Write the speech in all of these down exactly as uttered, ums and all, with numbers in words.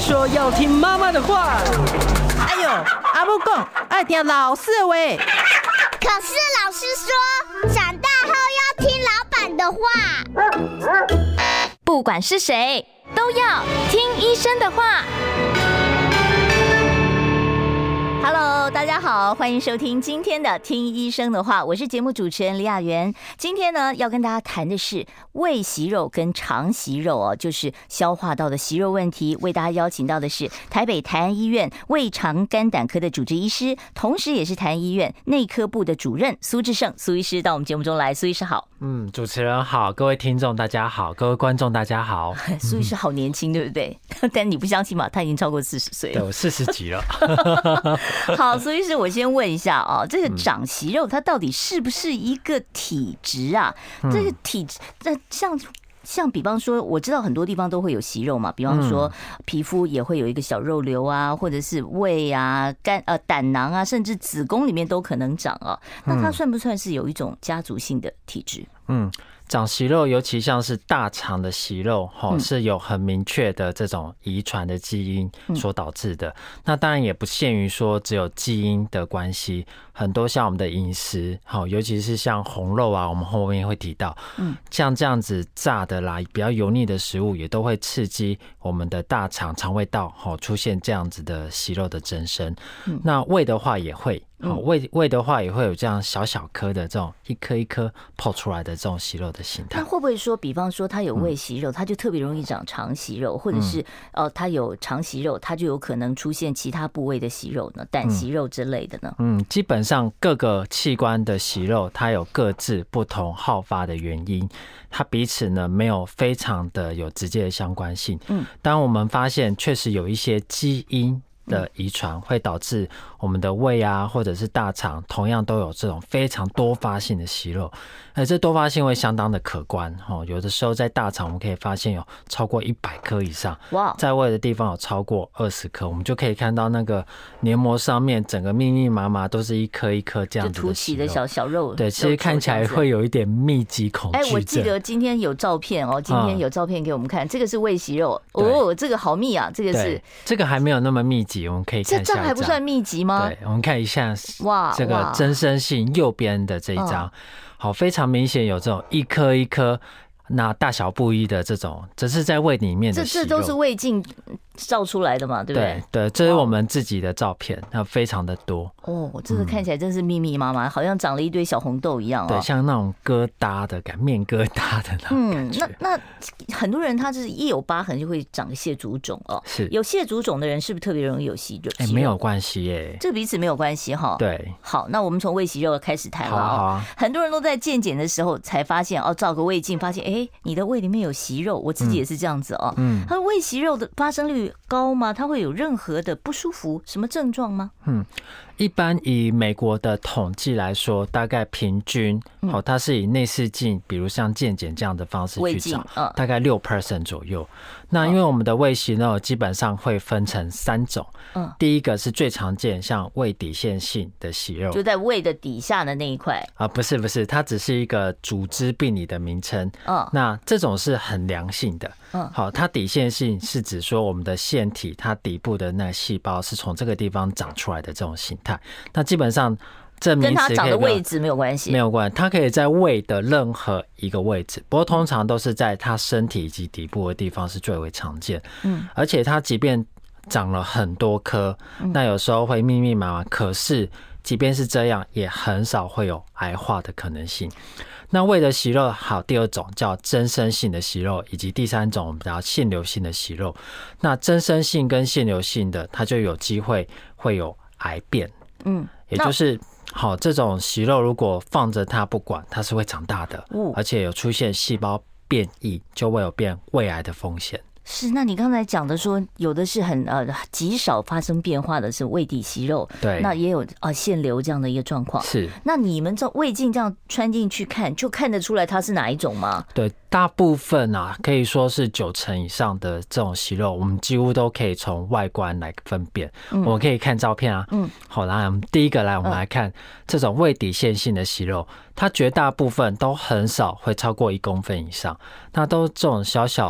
说要听妈妈的话。 哎呦，阿母讲爱听老师的话。 可是老师说，长大后要听老板的话。 不管是谁，都要听医生的话。Hello， 大家好，欢迎收听今天的听医生的话，我是节目主持人李雅媛。今天呢，要跟大家谈的是胃息肉跟肠息肉哦，就是消化道的息肉问题。为大家邀请到的是台北台安医院胃肠肝胆科的主治医师，同时也是台安医院内科部的主任苏志胜苏医师到我们节目中来。苏医师好。 嗯，主持人好，各位听众大家好，各位观众大家好。 苏医师好年轻，对不对？但你不相信嘛？他已经超过四十岁了。 对，我四十几了。 好，苏医师，我先问一下啊，这个长息肉它到底是不是一个体质啊？嗯、这个体质，那像像比方说，我知道很多地方都会有息肉嘛，比方说皮肤也会有一个小肉瘤啊，或者是胃啊、肝呃胆囊啊，甚至子宫里面都可能长啊。那它算不算是有一种家族性的体质？ 嗯。长息肉，尤其像是大肠的息肉，嗯、是有很明确的这种遗传的基因所导致的。嗯、那当然也不限于说只有基因的关系，很多像我们的饮食，尤其是像红肉啊，我们后面会提到，嗯、像这样子炸的啦，比较油腻的食物，也都会刺激我们的大肠、肠胃道出现这样子的息肉的增生。嗯、那胃的话也会。好，胃胃的话也会有这样小小颗的这种一颗一颗泡出来的这种息肉的形态。 那会不会说，比方说它有胃息肉，它就特别容易长肠息肉，或者是呃它有肠息肉，它就有可能出现其他部位的息肉呢，胆息肉之类的呢？ 嗯，基本上各个器官的息肉，它有各自不同好发的原因，它彼此呢没有非常的有直接的相关性。嗯，当我们发现确实有一些基因的遗传会导致我们的胃啊，或者是大肠，同样都有这种非常多发性的息肉，而这多发性会相当的可观哦。有的时候在大肠我们可以发现有超过一百颗以上，哇！在胃的地方有超过二十颗，我们就可以看到那个黏膜上面整个密密麻麻都是一颗一颗这样子的息肉， 凸起的小小肉。 对，其实看起来会有一点密集恐惧症。 哎，我记得今天有照片哦，今天有照片给我们看，嗯、这个是胃息肉哦，这个好密啊，这个是这个还没有那么密集。我们可以看一下， 这张还不算密集吗？ 对，我们看一下哇，这个增生性右边的这一张，好，非常明显有这种一颗一颗，那大小不一的这种，这是在胃里面的息肉， 这这都是胃镜照出来的嘛，对不对？ 对对，这是我们自己的照片，那非常的多哦。这个看起来真是密密麻麻，嗯、好像长了一堆小红豆一样哦。 对，像那种疙瘩的感，面疙瘩的那种感觉。 嗯，那那很多人他就是一有疤痕就会长个蟹足肿哦。 是有蟹足肿的人是不是特别容易有息肉？ 哎，没有关系耶， 这彼此没有关系哈。 对， 好，那我们从胃息肉开始谈了哦。 好啊。 很多人都在健检的时候才发现哦，照个胃镜发现，哎，你的胃里面有息肉。我自己也是这样子哦。嗯。他胃息肉的发生率高吗？它会有任何的不舒服什么症状吗？嗯， 一般以美国的统计来说，大概平均，嗯哦、它是以内视镜，比如像健检这样的方式去找，嗯、大概 百分之六 左右。那因为我们的胃息肉基本上会分成三种，嗯、第一个是最常见，像胃底腺性的息肉， 就在胃的底下的那一块啊，不是不是，它只是一个组织病理的名称。嗯，那这种是很良性的。嗯，好，它底腺性是指说我们的腺体它底部的那个细胞是从这个地方长出来的这种形态。那基本上这名词跟它长的位置没有关系， 没有关系，它可以在胃的任何一个位置，不过通常都是在它身体以及底部的地方是最为常见。嗯，而且它即便长了很多颗，那有时候会密密麻麻，可是即便是这样，也很少会有癌化的可能性。那胃的息肉好，第二种叫增生性的息肉，以及第三种我们叫腺瘤性的息肉。那增生性跟腺瘤性的，它就有机会会有癌变。嗯，也就是好，这种息肉如果放着它不管，它是会长大的，而且有出现细胞变异，就会有变胃癌的风险。 是，那你刚才讲的说，有的是很呃极少发生变化的是胃底息肉， 对， 那也有啊腺瘤这样的一个状况。 是， 那你们这胃镜这样穿进去看，就看得出来它是哪一种吗？ 对，大部分啊，可以说是九成以上的这种息肉，我们几乎都可以从外观来分辨。嗯、我们可以看照片啊。嗯，好，来，我们第一个来，我们来看这种胃底腺性的息肉，它绝大部分都很少会超过一公分以上，那都这种小小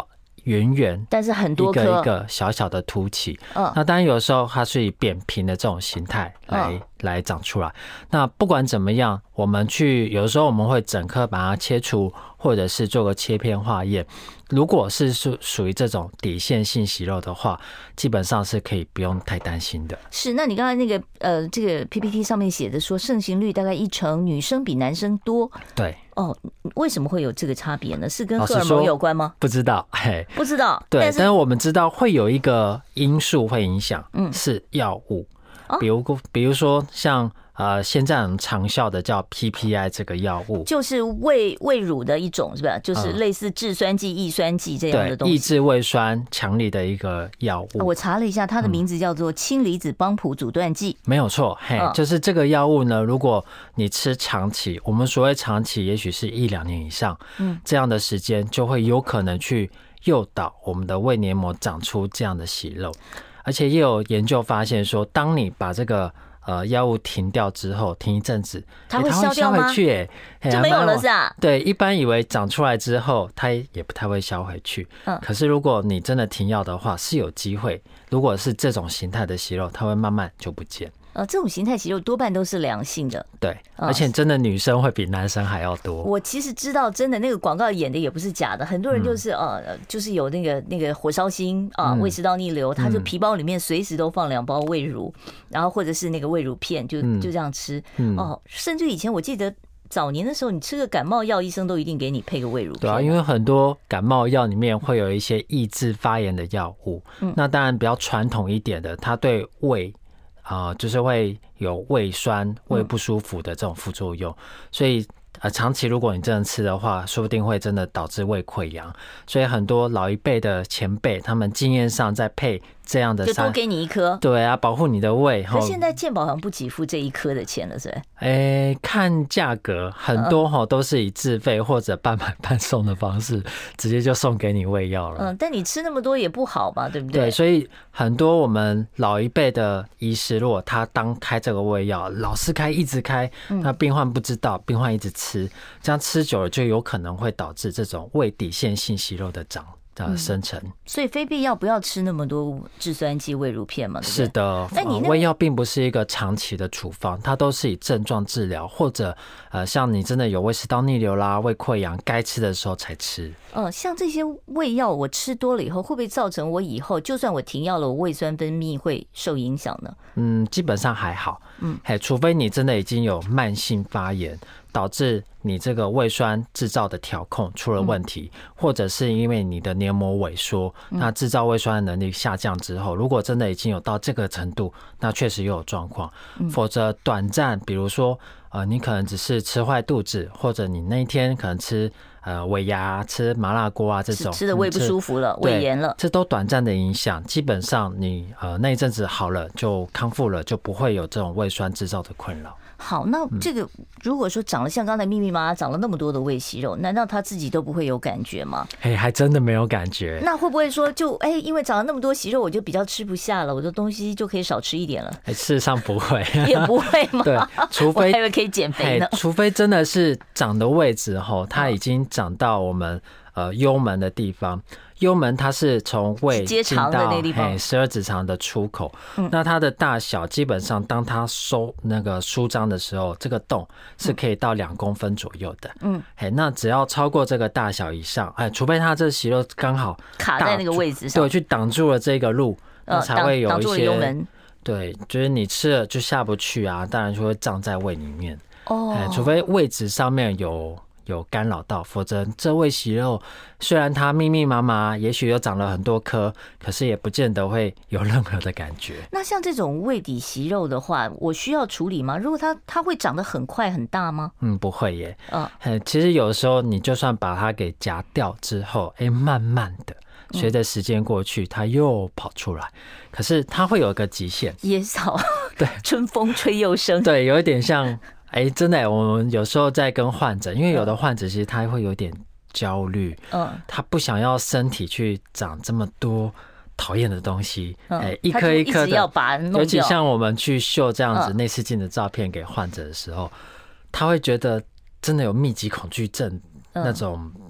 圆圆， 但是很多颗一个一个小小的凸起。嗯，那当然有时候它是以扁平的这种形态来、嗯、来长出来。那不管怎么样，我们去有的时候我们会整颗把它切除，或者是做个切片化验。如果是属属于这种底线性息肉的话，基本上是可以不用太担心的。 是，那你刚才那个呃，这个 P P T 上面写的说盛行率大概一成，女生比男生多。 对。 哦，为什么会有这个差别呢？是跟荷尔蒙有关吗？ 不知道，嘿， 不知道。 对，但是, 但是我们知道会有一个因素会影响，嗯，是药物，哦、比如比如说像。呃，现在很长效的叫 P P I 这个药物， 就是胃胃乳的一种，是吧？就是类似制酸剂、抑酸剂这样的东西， 对，抑制胃酸强力的一个药物。 我查了一下，它的名字叫做氢离子帮浦阻断剂， 没有错，嘿，嗯、就是这个药物呢，如果你吃长期，我们所谓长期，也许是一两年以上，嗯，这样的时间就会有可能去诱导我们的胃黏膜长出这样的息肉，而且也有研究发现说，当你把这个呃，药物停掉之后，停一阵子， 它会消掉吗？ 回去、欸，哎， 就没有了是啊？ 对，一般以为长出来之后，它也不太会消回去。嗯，可是如果你真的停药的话，是有机会。如果是这种形态的息肉，它会慢慢就不见。 呃，这种形态息肉多半都是良性的， 对，而且真的女生会比男生还要多。 我其实知道，真的那个广告演的也不是假的，很多人就是呃，就是有那个那个火烧心啊，胃食道逆流，他就皮包里面随时都放两包胃乳，然后或者是那个胃乳片，就就这样吃哦。甚至以前我记得早年的时候，你吃个感冒药，医生都一定给你配个胃乳片。 对啊，因为很多感冒药里面会有一些抑制发炎的药物，那当然比较传统一点的，它对胃。啊、呃，就是会有胃酸、胃不舒服的这种副作用，嗯、所以呃，长期如果你真的吃的话，说不定会真的导致胃溃疡。所以很多老一辈的前辈，他们经验上在配这样的， 就多给你一颗， 对啊，保护你的胃。 可现在健保好像不给付这一颗的钱了，是吧？ 哎、欸，看价格，很多哈都是以自费或者半买半送的方式，直接就送给你胃药了。 嗯，但你吃那么多也不好嘛，对不对？ 对，所以很多我们老一辈的医师，如果他当开这个胃药，老是开，一直开，那病患不知道，病患一直吃，这样吃久了就有可能会导致这种胃底线性息肉的长。呃，生成、嗯， 所以非必要不要吃那么多制酸剂、胃乳片嘛？对不对？ 是的，那你、呃、胃药并不是一个长期的处方，它都是以症状治疗，或者呃，像你真的有胃食道逆流啦、胃溃疡，该吃的时候才吃。 呃，像这些胃药，我吃多了以后，会不会造成我以后就算我停药了，我胃酸分泌会受影响呢？ 嗯，基本上还好。嗯，嘿，除非你真的已经有慢性发炎。导致你这个胃酸制造的调控出了问题，嗯、或者是因为你的黏膜萎缩，嗯、那制造胃酸的能力下降之后，如果真的已经有到这个程度，那确实又有状况。嗯、否则短暂，比如说呃，你可能只是吃坏肚子，或者你那一天可能吃呃尾牙、吃麻辣锅啊这种， 吃的胃不舒服了，胃炎了， 这都短暂的影响。基本上你呃那一阵子好了，就康复了，就不会有这种胃酸制造的困扰。 好，那这个如果说长了像刚才密密麻麻长了那么多的胃息肉，难道他自己都不会有感觉吗？ 哎，还真的没有感觉。 那会不会说就哎，因为长了那么多息肉，我就比较吃不下了，我的东西就可以少吃一点了？ 哎，事实上不会， 也不会吗？ 对，除非我还以为可以减肥呢。 除非真的是长的位置后，它已经长到我们呃幽门的地方。幽门它是从胃进到十二指肠的出口，嗯、那它的大小基本上，当它收那个舒张的时候，这个洞是可以到两公分左右的。嗯，哎，那只要超过这个大小以上，哎，除非它这息肉刚好卡在那个位置上， 对，去挡住了这个路，那才会有一些幽门。 对，就是你吃了就下不去啊，当然就会胀在胃里面。哦，哎，除非位置上面有。有干扰到，否则这胃息肉虽然它密密麻麻，也许又长了很多颗，可是也不见得会有任何的感觉。 那像这种胃底息肉的话，我需要处理吗？如果它它会长得很快很大吗？ 嗯，不会耶。嗯，其实有时候你就算把它给夹掉之后，哎、欸，慢慢的随着时间过去，它又跑出来。可是它会有一个极限， 野草对，春风吹又生， 对，有一点像。哎、欸，真的，我们有时候在跟患者，因为有的患者其实他会有点焦虑，嗯，他不想要身体去长这么多讨厌的东西，哎、嗯欸，一颗一颗的， 要把它弄掉。 尤其像我们去秀这样子内视镜的照片给患者的时候，嗯、他会觉得真的有密集恐惧症那种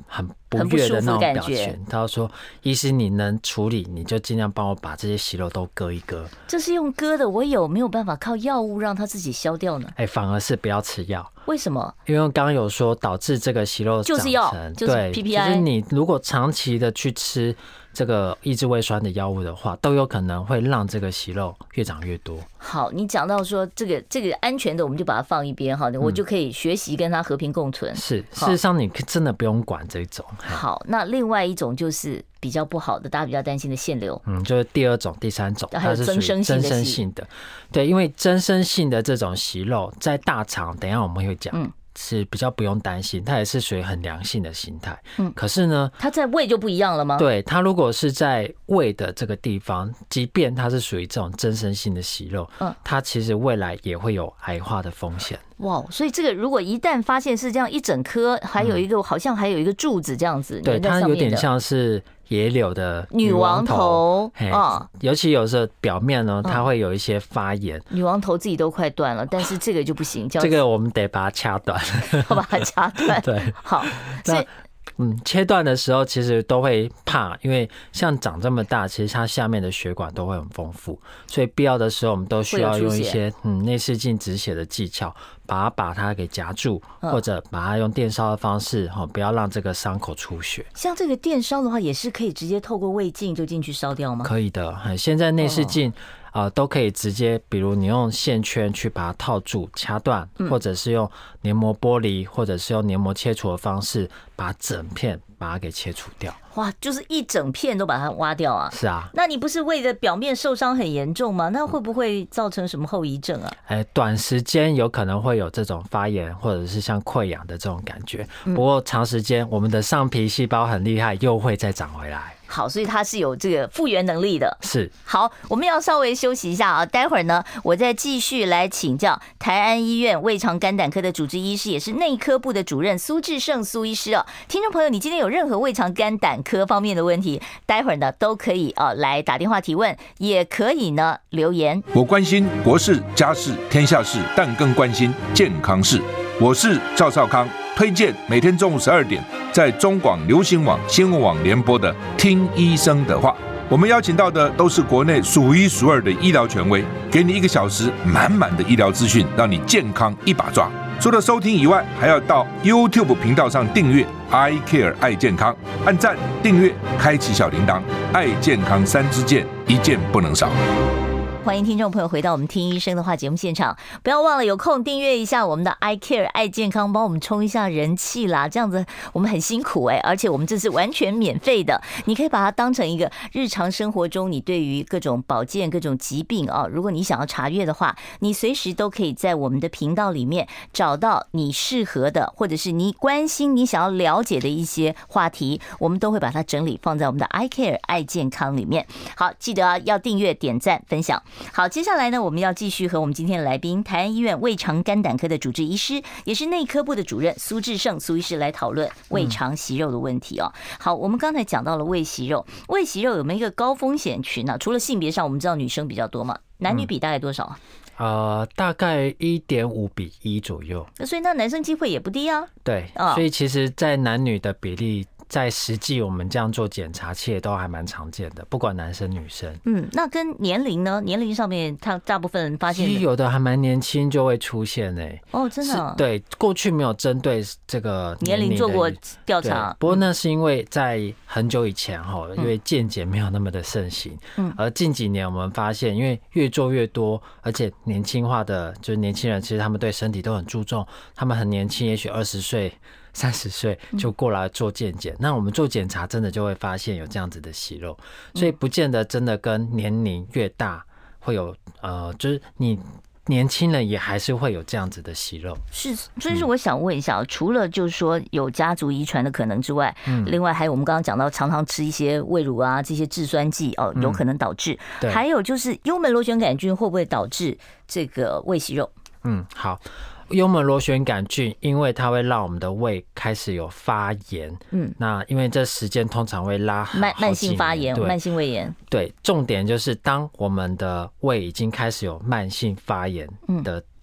很不悦的那种表情。他就说：“医师，你能处理，你就尽量帮我把这些息肉都割一割。” 这是用割的，我有没有办法靠药物让它自己消掉呢？ 哎、欸，反而是不要吃药。 为什么？ 因为刚刚有说导致这个息肉长成就是药，就是 P P I。 就是你如果长期的去吃这个抑制胃酸的药物的话，都有可能会让这个息肉越长越多。 好，你讲到说这个这个安全的，我们就把它放一边哈，我就可以学习跟它和平共存。 是，事实上你真的不用管这种。 好，那另外一种就是比较不好的，大家比较担心的腺瘤， 嗯，就是第二种、第三种， 还有增生性的。 增生性的，对，因为增生性的这种息肉在大肠，等一下我们会讲。嗯，是比较不用担心，它也是属于很良性的形态。嗯，可是呢， 它在胃就不一样了吗？ 对，它如果是在胃的这个地方，即便它是属于这种增生性的息肉，嗯，它其实未来也会有癌化的风险。 哇，所以这个如果一旦发现是这样一整颗，还有一个、嗯、好像还有一个柱子这样子， 对，它有点像是野柳的女王头啊，尤其有时候表面呢，它会有一些发炎。 女王头自己都快断了，但是这个就不行， 这个我们得把它掐断， 要把它掐断。 对， 好，所以。 嗯，切断的时候其实都会怕，因为像长这么大，其实它下面的血管都会很丰富，所以必要的时候我们都需要用一些嗯内视镜止血的技巧，把它把它给夹住，或者把它用电烧的方式，不要让这个伤口出血。 像这个电烧的话，也是可以直接透过胃镜就进去烧掉吗？ 可以的，现在内视镜。呃，都可以直接，比如你用线圈去把它套住、掐断，或者是用黏膜剥离，或者是用黏膜切除的方式，把整片把它给切除掉。 哇，就是一整片都把它挖掉啊！ 是啊， 那你不是胃的表面受伤很严重吗？那会不会造成什么后遗症啊？ 哎，短时间有可能会有这种发炎，或者是像溃疡的这种感觉。不过长时间，我们的上皮细胞很厉害，又会再长回来。 好，所以它是有这个复原能力的。 是。 好，我们要稍微休息一下啊，待会儿呢，我再继续来请教台安医院胃肠肝胆科的主治医师，也是内科部的主任苏志胜苏医师哦。听众朋友，你今天有任何胃肠肝胆科方面的问题，待会儿呢都可以啊来打电话提问，也可以呢留言。 我关心国事、家事、天下事，但更关心健康事。我是赵少康，推荐每天中午十二点在中广流行网、新闻网联播的《听医生的话》。我们邀请到的都是国内数一数二的医疗权威，给你一个小时满满的医疗资讯，让你健康一把抓。除了收听以外，还要到 YouTube 频道上订阅 I Care 爱健康，按赞、订阅、开启小铃铛，爱健康三支箭，一件不能少。 欢迎听众朋友回到我们听医生的话节目现场，不要忘了有空订阅一下我们的 I Care 爱健康，帮我们冲一下人气啦，这样子我们很辛苦哎、欸，而且我们这是完全免费的，你可以把它当成一个日常生活中你对于各种保健、各种疾病啊，如果你想要查阅的话，你随时都可以在我们的频道里面找到你适合的，或者是你关心、你想要了解的一些话题，我们都会把它整理放在我们的 I Care 爱健康里面。好，记得要订阅、点赞、分享。好，接下来呢，我们要继续和我们今天的来宾，台安医院胃肠肝胆科的主治医师，也是内科部的主任苏志胜苏医师来讨论胃肠息肉的问题哦。好，我们刚才讲到了胃息肉，胃息肉有没有一个高风险群呢、啊？除了性别上，我们知道女生比较多嘛，男女比大概多少啊？ 呃，大概一点五比一左右。 所以那男生机会也不低啊。 对，所以其实，在男女的比例。在实际我们这样做检查，其实都还蛮常见的，不管男生女生。 嗯，那跟年龄呢？年龄上面，他大部分人发现， 其实有的还蛮年轻就会出现诶、欸。 哦，真的、啊？对， 过去没有针对这个年龄做过调查。 不过那是因为在很久以前哈，因为健检没有那么的盛行。嗯。而近几年我们发现，因为越做越多，而且年轻化的就是年轻人，其实他们对身体都很注重，他们很年轻，也许二十岁。三十岁就过来做健检、嗯，那我们做检查真的就会发现有这样子的息肉，所以不见得真的跟年龄越大会有呃，就是你年轻人也还是会有这样子的息肉。 是，所以说我想问一下，嗯、除了就是说有家族遗传的可能之外，嗯，另外还有我们刚刚讲到常常吃一些胃乳啊这些制酸剂哦，有可能导致，嗯、还有就是幽门螺旋杆菌会不会导致这个胃息肉？ 嗯，好。幽门螺旋杆菌，因为它会让我们的胃开始有发炎，嗯，那因为这时间通常会拉慢慢性发炎、慢性胃炎。 对，重点就是当我们的胃已经开始有慢性发炎的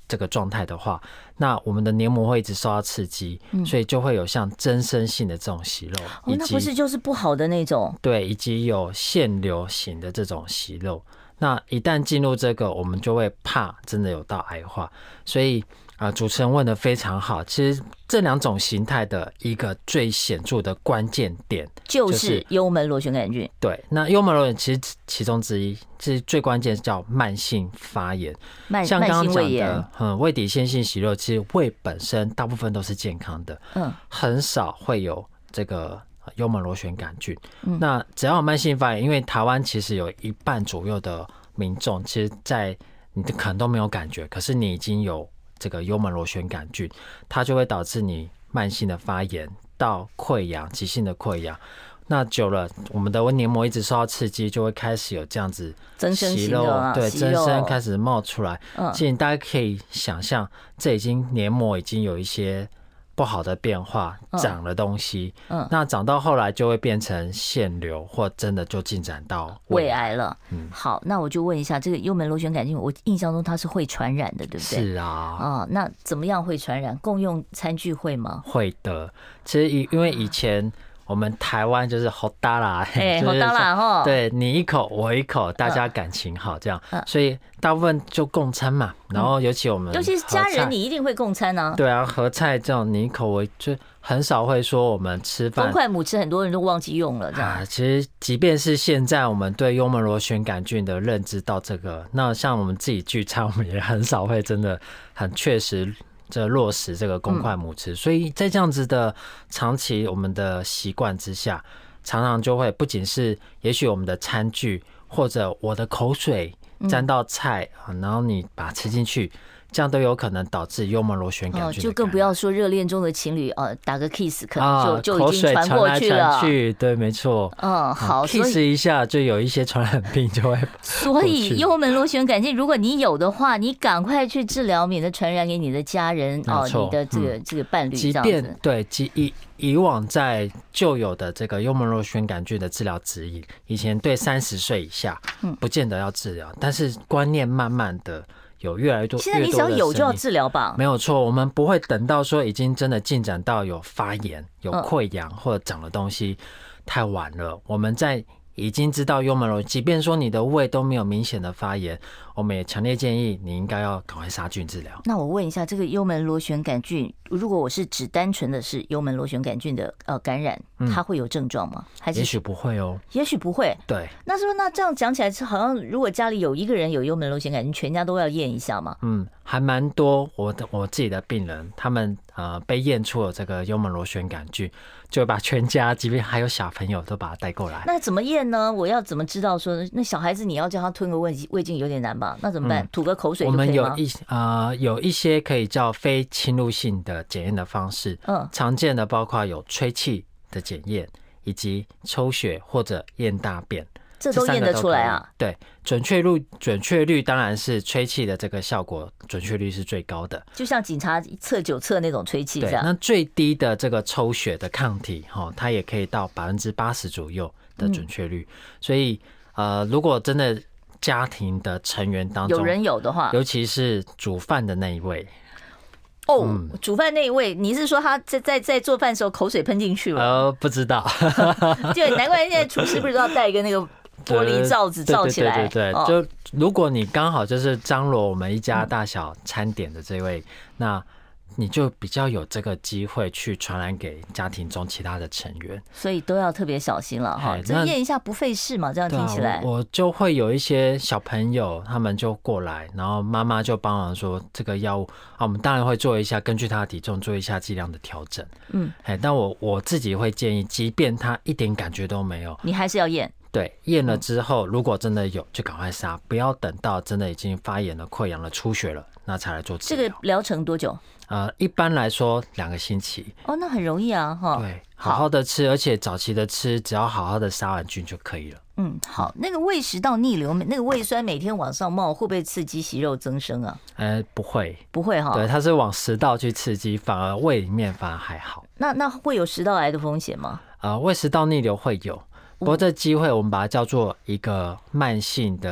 这个状态的话，那我们的黏膜会一直受到刺激，嗯、所以就会有像增生性的这种息肉， 哦，那不是就是不好的那种？ 对，以及有腺瘤型的这种息肉。那一旦进入这个，我们就会怕真的有到癌化。所以啊、呃，主持人问的非常好。其实这两种形态的一个最显著的关键点， 就是幽门螺旋杆菌。 对，那幽门螺旋其实其中之一，是最关键叫慢性发炎。 慢像刚刚讲的，嗯，胃底腺性息肉，其实胃本身大部分都是健康的，嗯，很少会有这个幽门螺旋杆菌。嗯、那只要有慢性发炎，因为台湾其实有一半左右的民众，其实在你可能都没有感觉，可是你已经有这个幽门螺旋杆菌，它就会导致你慢性的发炎到溃疡，急性的溃疡。那久了，我们的黏膜一直受到刺激，就会开始有这样子增生型的、啊、 对，增生开始冒出来。嗯，其实大家可以想象，这已经黏膜已经有一些不好的变化，长了东西。嗯，那长到后来就会变成腺瘤，或真的就进展到胃癌了。嗯，好，那我就问一下，这个幽门螺旋杆菌，我印象中它是会传染的，对不对？ 是啊。 啊，那怎么样会传染？共用餐具会吗？ 会的。其实因为以前我们台湾就是好大啦， 哎，好大啦哈， 对你一口我一口，大家感情好这样，所以大部分就共餐嘛。然后尤其我们， 尤其是家人，你一定会共餐啊。 对啊，合菜这种你一口我就很少会说我们吃饭。 公筷母匙很多人都忘记用了，这样。 啊，其实即便是现在我们对幽门螺旋杆菌的认知到这个，那像我们自己聚餐，我们也很少会真的很确实这落实这个公筷母匙，所以在这样子的长期我们的习惯之下，常常就会不仅是也许我们的餐具或者我的口水沾到菜，然后你把它吃进去，这样都有可能导致幽门螺旋杆菌、哦。 就更不要说热恋中的情侣啊，打个 kiss 可能就、啊、就已经传过去了。 口水传来传去，对，没错。 嗯，好 ，kiss 一下就有一些传染病就会。 所以幽门螺旋杆菌，如果你有的话，你赶快去治疗，免得传染给你的家人哦，你的这个、嗯、这个伴侣。 即便对，即以以往在旧有的这个幽门螺旋杆菌的治疗指引，以前对三十岁以下，嗯，不见得要治疗，但是观念慢慢的。有越来越多， 现在你只要有就要治疗吧？ 没有错，我们不会等到说已经真的进展到有发炎、有溃疡或者长的东西，太晚了。我们在已经知道幽门螺，即便说你的胃都没有明显的发炎，我们也强烈建议你应该要赶快杀菌治疗。 那我问一下，这个幽门螺旋杆菌，如果我是只单纯的是幽门螺旋杆菌的呃感染，它会有症状吗？还是也许不会哦？ 也许不会。 对。那是不是那这样讲起来，好像如果家里有一个人有幽门螺旋杆菌，全家都要验一下吗？ 嗯，还蛮多。我的我自己的病人，他们呃被验出了这个幽门螺旋杆菌，就会把全家，即便还有小朋友，都把他带过来。 那怎么验呢？我要怎么知道说那小孩子你要叫他吞个胃胃镜有点难吧？那怎么办？嗯、吐个口水就可以吗？ 我们有一呃有一些可以叫非侵入性的检验的方式，嗯，常见的包括有吹气的检验，以及抽血或者验大便。 这都验得出来啊？ 对，准确率准确率当然是吹气的这个效果，准确率是最高的。 就像警察测酒测那种吹气这样。 那最低的这个抽血的抗体，哈，它也可以到百分之八十左右的准确率。嗯、所以，呃，如果真的家庭的成员当中有人有的话， 尤其是煮饭的那一位。 哦，嗯、煮饭那一位，你是说他在在在做饭的时候口水喷进去了？ 呃，不知道。 就难怪现在厨师不是都要带一个那个玻璃罩子罩起来？ 对对对对对，哦、就如果你刚好就是张罗我们一家大小餐点的这位，嗯、那你就比较有这个机会去传染给家庭中其他的成员， 所以都要特别小心了哈。这验一下不费事嘛，这样听起来。 啊、我, 我就会有一些小朋友，他们就过来，然后妈妈就帮忙说这个药物啊，我们当然会做一下，根据他的体重做一下剂量的调整。嗯，哎，但我我自己会建议，即便他一点感觉都没有， 你还是要验。 对，验了之后，如果真的有，就赶快杀，不要等到真的已经发炎了、溃疡了、出血了，那才来做治疗。 这个疗程多久？ 呃，一般来说两个星期。 哦，那很容易啊，哈。 对，好好的吃，而且早期的吃，只要好好的杀完菌就可以了。 嗯，好，那个胃食道逆流，那个胃酸每天往上冒，会不会刺激息肉增生啊？ 呃，不会， 不会哈。 对，它是往食道去刺激，反而胃里面反而还好。 那那会有食道癌的风险吗？ 呃，胃食道逆流会有。不过这机会我们把它叫做一个慢性的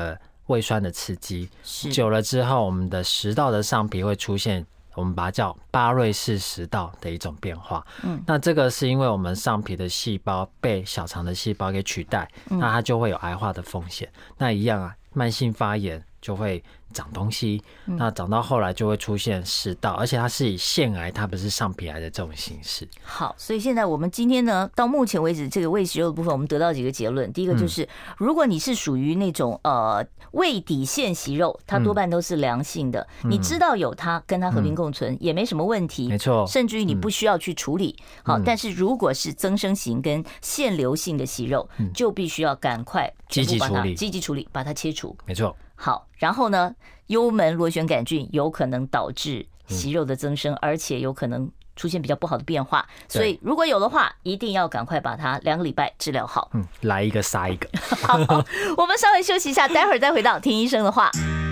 胃酸的刺激，久了之后，我们的食道的上皮会出现我们把它叫巴瑞氏食道的一种变化。嗯，那这个是因为我们上皮的细胞被小肠的细胞给取代，那它就会有癌化的风险。那一样啊，慢性发炎就会长东西，那长到后来就会出现食道，而且它是以腺癌，它不是上皮癌的这种形式。 好，所以现在我们今天呢，到目前为止，这个胃息肉的部分，我们得到几个结论。第一个就是，如果你是属于那种呃胃底腺息肉，它多半都是良性的，嗯、你知道有它，跟它和平共存、嗯、也没什么问题， 没错， 甚至于你不需要去处理。嗯、好，但是如果是增生型跟腺瘤性的息肉，嗯、就必须要赶快积极处理， 积极处理，把它切除。 没错。 好，然后呢，幽门螺旋杆菌有可能导致息肉的增生，嗯、而且有可能出现比较不好的变化，所以如果有的话，一定要赶快把它两个礼拜治疗好。 嗯，来一个杀一个。 好，我们稍微休息一下，待会儿再回到听医生的话。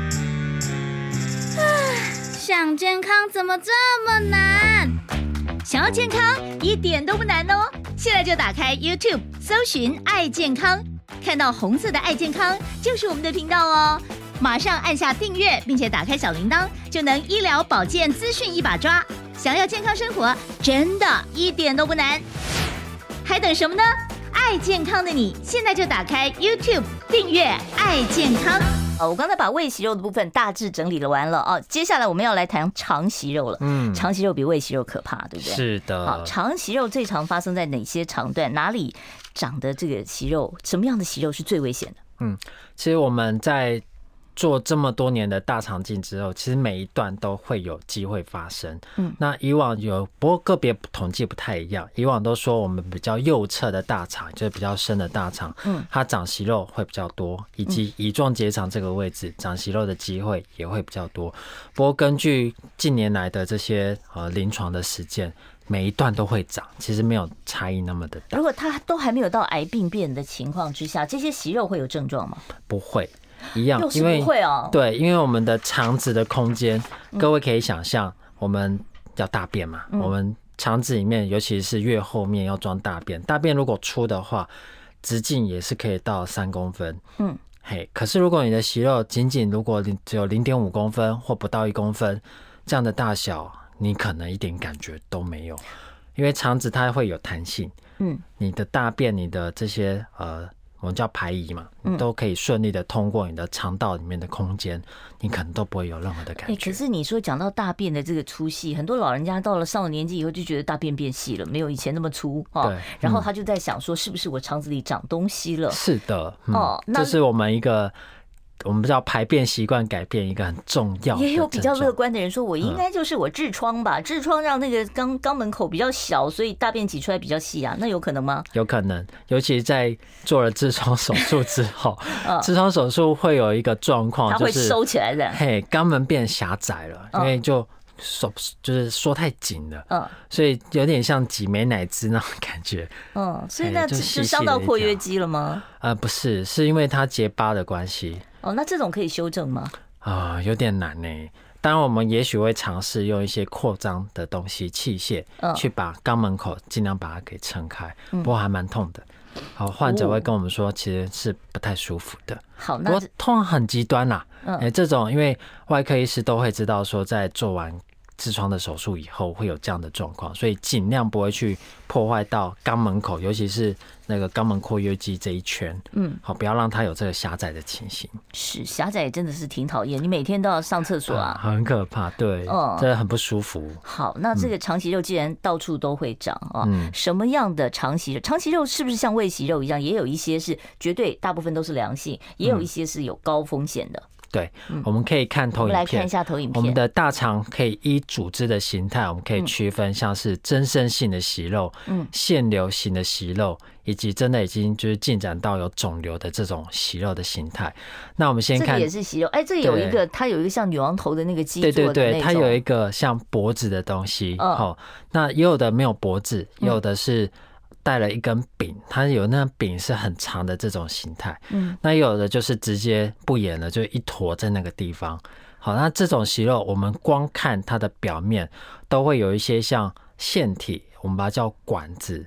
想健康怎么这么难？ 想要健康一点都不难哦，现在就打开 YouTube 搜寻爱健康，看到红色的爱健康就是我们的频道哦。马上按下订阅，并且打开小铃铛，就能医疗保健资讯一把抓。想要健康生活，真的一点都不难，还等什么呢？爱健康的你，现在就打开 YouTube 订阅爱健康。我刚才把胃息肉的部分大致整理了完了啊，接下来我们要来谈肠息肉了。嗯，肠息肉比胃息肉可怕，对不对？ 是的。 好，肠息肉最常发生在哪些肠段？哪里长的这个息肉？什么样的息肉是最危险的？ 嗯，其实我们在做这么多年的大肠镜之后，其实每一段都会有机会发生。嗯，那以往有，不过个别统计不太一样。以往都说我们比较右侧的大肠，就是比较深的大肠，嗯，它长息肉会比较多，以及乙状结肠这个位置长息肉的机会也会比较多。不过根据近年来的这些呃临床的实践，每一段都会长，其实没有差异那么的大。 如果它都还没有到癌病变的情况之下，这些息肉会有症状吗？ 不会。一样， 因为会哦， 对，因为我们的肠子的空间，各位可以想象，我们要大便嘛，嗯、我们肠子里面，尤其是越后面要装大便，大便如果粗的话，直径也是可以到三公分，嗯，嘿，可是如果你的息肉仅仅如果只有零点五公分或不到一公分这样的大小，你可能一点感觉都没有，因为肠子它会有弹性，嗯，你的大便，你的这些呃。我们叫排遗嘛，你都可以顺利的通过你的肠道里面的空间，你可能都不会有任何的感觉。 欸、可是你说讲到大便的这个粗细，很多老人家到了上了年纪以后就觉得大便变细了，没有以前那么粗哦。对，然后他就在想说，是不是我肠子里长东西了？ 是的，嗯、哦，这是我们一个。我们叫排便习惯改变一个很重要的。 也有比较乐观的人说，我应该就是我痔疮吧，痔疮让那个肛肛门口比较小，所以大便挤出来比较细啊，那有可能吗？ 有可能，尤其在做了痔疮手术之后，痔疮手术会有一个状况，就是它会收起来的， 嘿，肛门变狭窄了，因为就缩就是缩太紧了，嗯，所以有点像挤美乃滋那种感觉， 嗯，所以那就伤到括约肌了吗？ 呃，不是，是因为它结疤的关系。 哦，那这种可以修正吗？ 啊、呃，有点难呢。当然，我们也许会尝试用一些扩张的东西、器械，嗯、去把肛门口尽量把它给撑开，不过还蛮痛的。好，患者会跟我们说，其实是不太舒服的。 好，那不过通常很极端啦。嗯，欸、这种因为外科医师都会知道说，在做完痔疮的手术以后会有这样的状况，所以尽量不会去破坏到肛门口，尤其是那个肛门括约肌这一圈，嗯，好，不要让它有这个狭窄的情形。 是狭窄真的是挺讨厌，你每天都要上厕所啊， 嗯、很可怕，对，嗯，真的很不舒服。 好，那这个肠息肉既然到处都会长啊，嗯、什么样的肠息肉？肠息肉是不是像胃息肉一样，也有一些是绝对大部分都是良性，也有一些是有高风险的？ 对，我们可以看投影片。 我们来看一下投影片。 我们的大肠可以依组织的形态，我们可以区分像是增生性的息肉、嗯，腺瘤型的息肉，以及真的已经就是进展到有肿瘤的这种息肉的形态。那我们先看，这个也是息肉，哎，这个有一个，它有一个像女王头的那个基座的那种， 对对对，它有一个像脖子的东西。哦，那也有的没有脖子，也有的是带了一根柄，它有那柄是很长的这种形态，嗯，那有的就是直接不演了，就一坨在那个地方。好，那这种息肉，我们光看它的表面，都会有一些像腺体，我们把它叫管子。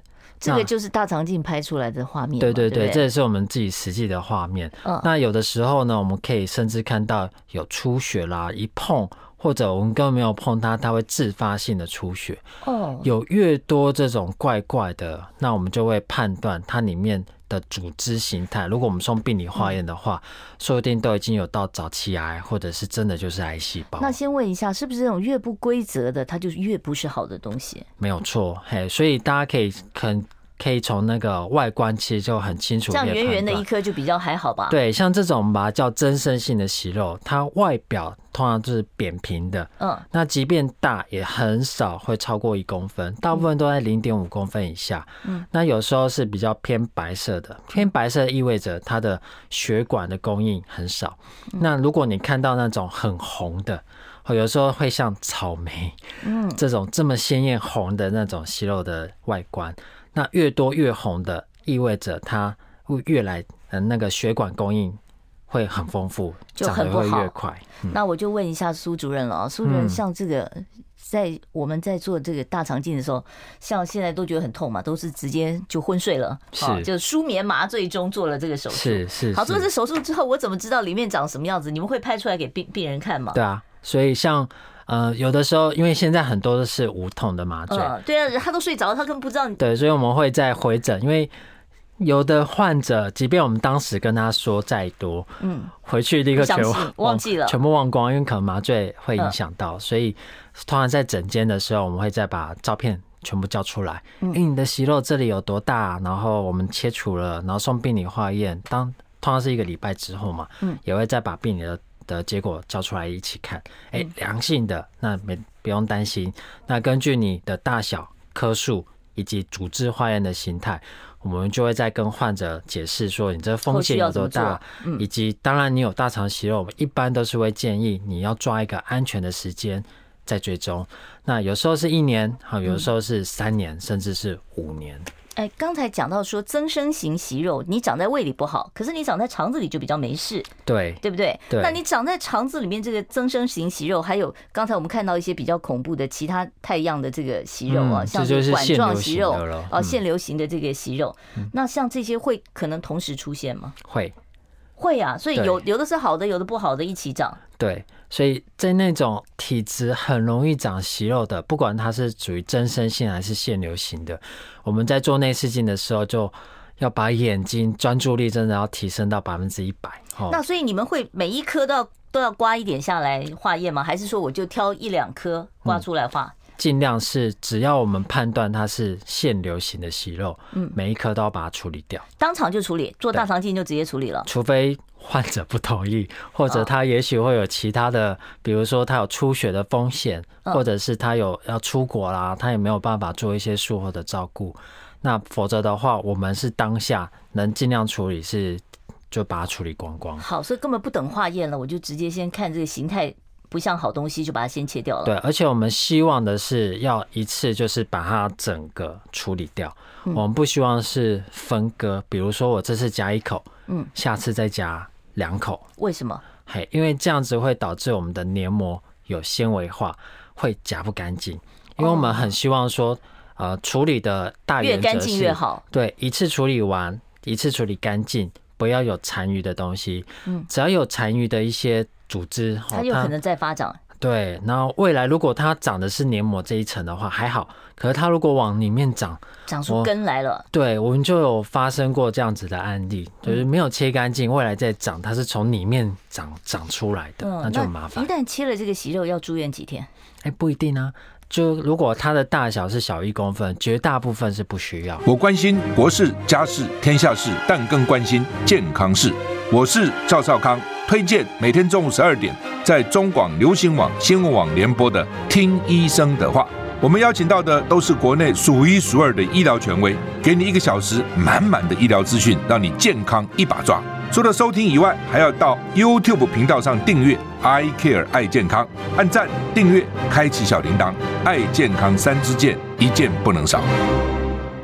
这个就是大肠镜拍出来的画面。 对对 对, 对, 对， 这也是我们自己实际的画面。 嗯， 那有的时候呢，我们可以甚至看到有出血啦，一碰或者我们根本没有碰它，它会自发性的出血。 哦， 有越多这种怪怪的，那我们就会判断它里面的组织形态。如果我们送病理化验的话，说不定都已经有到早期癌，或者是真的就是癌细胞。 那先问一下，是不是这种越不规则的，它就越不是好的东西？ 没有错，嘿，所以大家可以可可以从那个外观其实就很清楚。 这样圆圆的一颗就比较还好吧？ 对，像这种我们把它叫增生性的息肉，它外表通常就是扁平的， 嗯， 那即便大也很少会超过一公分，大部分都在零点五公分以下。嗯，那有时候是比较偏白色的，偏白色意味着它的血管的供应很少。嗯，那如果你看到那种很红的，有时候会像草莓，嗯，这种这么鲜艳红的那种息肉的外观，那越多越红的，意味着它会越来呃那个血管供应会很丰富， 就很不好， 长得会越快。嗯， 那我就问一下苏主任了啊，苏主任，像这个在我们在做这个大肠镜的时候，像现在都觉得很痛嘛，都是直接就昏睡了， 是， 啊，就舒眠麻醉中做了这个手术。 是是。 好，做这手术之后，我怎么知道里面长什么样子？你们会拍出来给病病人看吗？ 对啊，所以像。呃，有的时候，因为现在很多都是无痛的麻醉， 嗯，对啊，他都睡着了，他根本不知道你。 对，所以我们会在回诊，因为有的患者，即便我们当时跟他说再多，嗯，回去立刻全忘记了， 全部忘光，因为可能麻醉会影响到，嗯，所以通常在诊间的时候，我们会再把照片全部叫出来，嗯，因为你的息肉这里有多大，然后我们切除了，然后送病理化验，当通常是一个礼拜之后嘛，嗯，也会再把病理的。的结果交出来一起看，哎，欸，良性的那没不用担心。那根据你的大小、颗数以及组织化验的形态，我们就会再跟患者解释说你这风险有多大，嗯，以及当然你有大肠息肉，我们一般都是会建议你要抓一个安全的时间再追踪。那有时候是一年，好，有时候是三年，嗯，甚至是五年。 哎，刚才讲到说增生型息肉，你长在胃里不好，可是你长在肠子里就比较没事， 对， 对不对？ 对。 那你长在肠子里面这个增生型息肉，还有刚才我们看到一些比较恐怖的其他太阳的这个息肉啊，嗯，像是管状息肉啊，腺瘤型的这个息肉，嗯，那像这些会可能同时出现吗？ 会。 会啊，所以有有的是好的，有的不好的一起长。 对，所以在那种体质很容易长息肉的，不管它是属于增生性还是腺瘤型的，我们在做内视镜的时候，就要把眼睛专注力真的要提升到百分之一百。 那所以你们会每一颗都要都要刮一点下来化验吗？还是说我就挑一两颗刮出来化？嗯， 尽量是只要我们判断它是腺瘤型的息肉，嗯，每一颗都要把它处理掉， 当场就处理，做大肠镜就直接处理了， 除非患者不同意，或者他也许会有其他的，比如说他有出血的风险，或者是他有要出国啦，他也没有办法做一些术后的照顾，那否则的话，我们是当下能尽量处理，是就把它处理光光。 好，所以根本不等化验了，我就直接先看这个形态不像好东西，就把它先切掉了。 对，而且我们希望的是要一次就是把它整个处理掉，嗯，我们不希望是分割，比如说我这次夹一口，嗯，下次再夹两口。 为什么？ 嘿，因为这样子会导致我们的黏膜有纤维化，会夹不干净。因为我们很希望说，呃，处理的大原则是越干净越好。 对，一次处理完，一次处理干净，不要有残余的东西。嗯，只要有残余的一些组织， 它有可能再发展。 对，然后未来如果它长的是黏膜这一层的话还好，可是它如果往里面长， 长出根来了， 对，我们就有发生过这样子的案例，就是没有切干净，未来再长，它是从里面长长出来的，嗯，那就很麻烦。 一旦切了这个息肉，要住院几天？ 哎，不一定啊。就如果它的大小是小一公分，绝大部分是不需要。 我关心国事、家事、天下事，但更关心健康事。我是赵少康，推荐每天中午十二点在中广流行网、新闻网联播的《听医生的话》。我们邀请到的都是国内数一数二的医疗权威，给你一个小时满满的医疗资讯，让你健康一把抓。除了收听以外，还要到 YouTube 频道上订阅 I Care 爱健康，按赞、订阅、开启小铃铛，爱健康三支箭，一件不能少。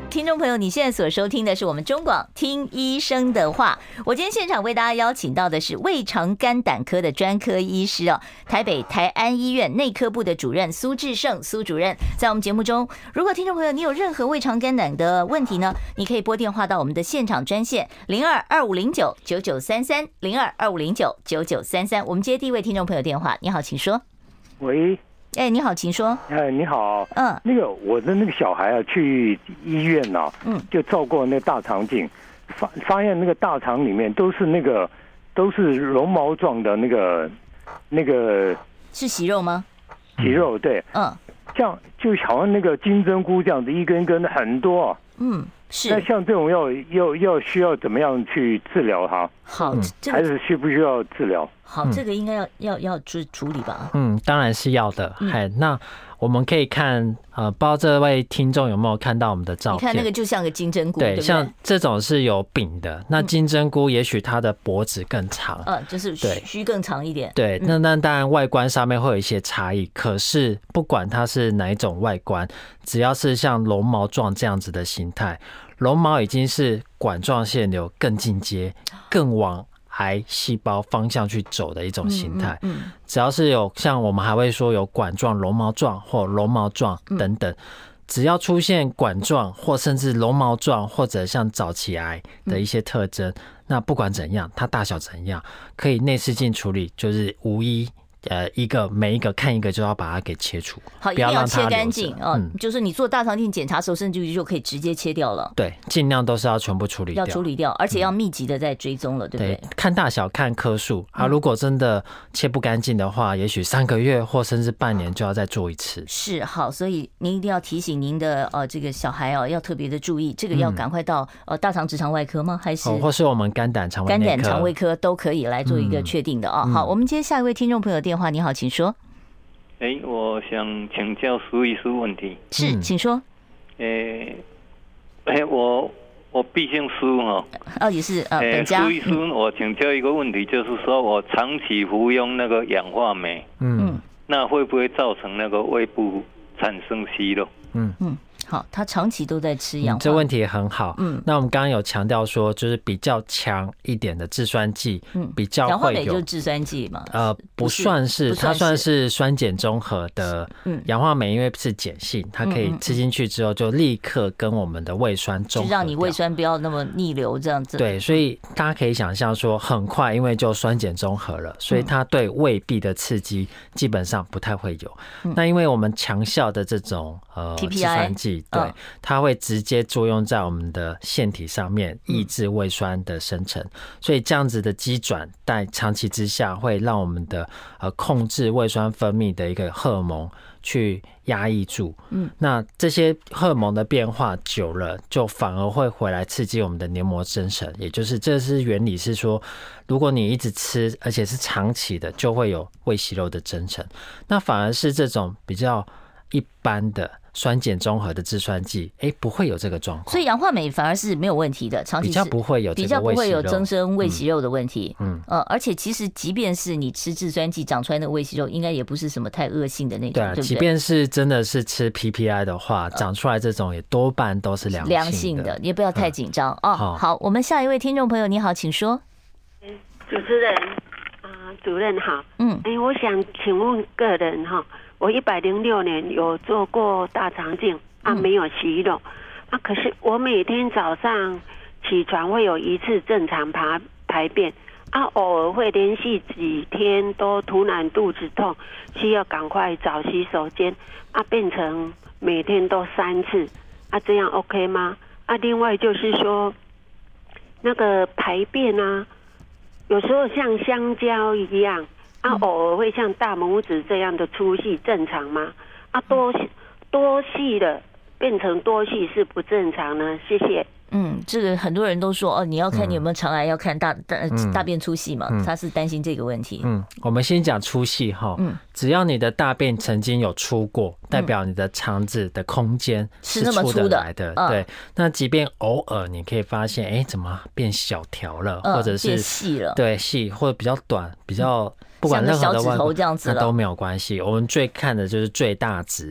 听众朋友，你现在所收听的是我们中广听医生的话。我今天现场为大家邀请到的是胃肠肝胆科的专科医师哦，台北台安医院内科部的主任苏志胜苏主任，在我们节目中，如果听众朋友你有任何胃肠肝胆的问题呢，你可以拨电话到我们的现场专线零二二五零九九九三三零二二五零九九九三三。我们接第一位听众朋友电话，你好，请说。 喂。 哎，你好，请说。 哎，你好。 嗯， 那个我的那个小孩啊，去医院呐、啊，嗯，就照过那大肠镜，发发现那个大肠里面都是那个都是绒毛状的那个那个是息肉吗？ 息肉，对， 嗯， 这样就好像那个金针菇这样子，一根一根的很多、啊。嗯， 是。 那像这种要要要需要怎么样去治疗它？ 好，这个、 还是需不需要治疗？ 好，这个应该要要要处处理吧？ 嗯，当然是要的。哎、嗯，那我们可以看，呃，不知道这位听众有没有看到我们的照片？ 你看那个就像个金针菇， 对， 对不对？ 像这种是有柄的，那金针菇也许它的脖子更长， 嗯，就是须更长一点。 对，那那当然外观上面会有一些差异，可是不管它是哪一种外观，只要是像绒毛状这样子的形态，绒毛已经是管状腺瘤更进阶、更往癌细胞方向去走的一种形态，嗯嗯嗯、只要是有像我们还会说有管状、绒毛状或绒毛状等等，嗯、只要出现管状或甚至绒毛状或者像早期癌的一些特征，嗯、那不管怎样，它大小怎样，可以内视镜处理，就是无一。呃，一个每一个看一个就要把它给切除， 好，一定要切干净哦。嗯、就是你做大肠镜检查的时候，甚至于就可以直接切掉了。 对，尽量都是要全部处理掉， 要处理掉，而且要密集的在追踪了，嗯、对不对？对， 看大小，看颗数啊。如果真的切不干净的话，也许三个月或甚至半年就要再做一次。 是，好，所以您一定要提醒您的呃这个小孩哦，要特别的注意，这个要赶快到呃大肠直肠外科吗？还是、 哦、或是我们肝胆肠胃肝胆肠胃科都可以来做一个确定的哦。嗯、好，我们接下一位听众朋友电话，你好，请说。 哎、欸，我想请教苏医师问题。 是，请说。 哎、欸，哎、欸，我我毕竟苏哈。 哦，也是呃，本家。 苏医师，我请教一个问题，就是说我长期服用那个氧化镁，嗯，那会不会造成那个胃部产生息肉？ 嗯嗯。 好，他长期都在吃氧化、嗯， 这问题也很好。嗯，那我们刚刚有强调说，就是比较强一点的制酸剂，嗯，比较会有氧化镁就是制酸剂嘛？ 呃，不算是，它算是酸碱中和的。嗯，氧化镁因为是碱性，它可以吃进去之后就立刻跟我们的胃酸中和， 就让你胃酸不要那么逆流这样子。 对，所以大家可以想象说，很快因为就酸碱中和了，所以它对胃壁的刺激基本上不太会有。嗯、那因为我们强效的这种呃制酸剂。对，哦、它会直接作用在我们的腺体上面，抑制胃酸的生成，嗯、所以这样子的机转在长期之下，会让我们的呃控制胃酸分泌的一个荷尔蒙去压抑住。嗯，那这些荷尔蒙的变化久了，就反而会回来刺激我们的黏膜生成，也就是这是原理是说，如果你一直吃，而且是长期的，就会有胃息肉的生成。那反而是这种比较一般的酸碱中和的制酸剂，哎，不会有这个状况， 所以氧化镁反而是没有问题的，长期比较不会有这个胃息肉， 比较不会有增生胃息肉的问题。嗯，呃，而且其实即便是你吃制酸剂长出来的胃息肉，应该也不是什么太恶性的那种，对啊，对不对？ 即便是真的是吃 P P I 的话，长出来这种也多半都是良性的， 良性的，你也不要太紧张、嗯、哦。好，我们下一位听众朋友，你好，请说。 主持人啊、呃，主任好，嗯，哎，我想请问个人哈。我一百零六年有做过大肠镜啊，没有息肉、嗯、啊，可是我每天早上起床会有一次正常排排便啊，偶尔会连续几天都突然肚子痛，需要赶快找洗手间啊，变成每天都三次啊，这样 OK 吗？啊，另外就是说那个排便啊，有时候像香蕉一样。啊，偶尔会像大拇指这样的粗细正常吗？啊，多多细的变成多细是不正常呢？谢谢。 嗯，这个很多人都说哦，你要看你有没有肠癌，要看大大大便粗细嘛，嗯、他是担心这个问题。 嗯，我们先讲粗细哈。嗯，只要你的大便曾经有出过，代表你的肠子的空间是出得来的。嗯、对，那即便偶尔你可以发现，哎，怎么变小条了，嗯、或者是变细了， 对，细或者比较短，比较不管任何的外观，那都没有关系。我们最看的就是最大值。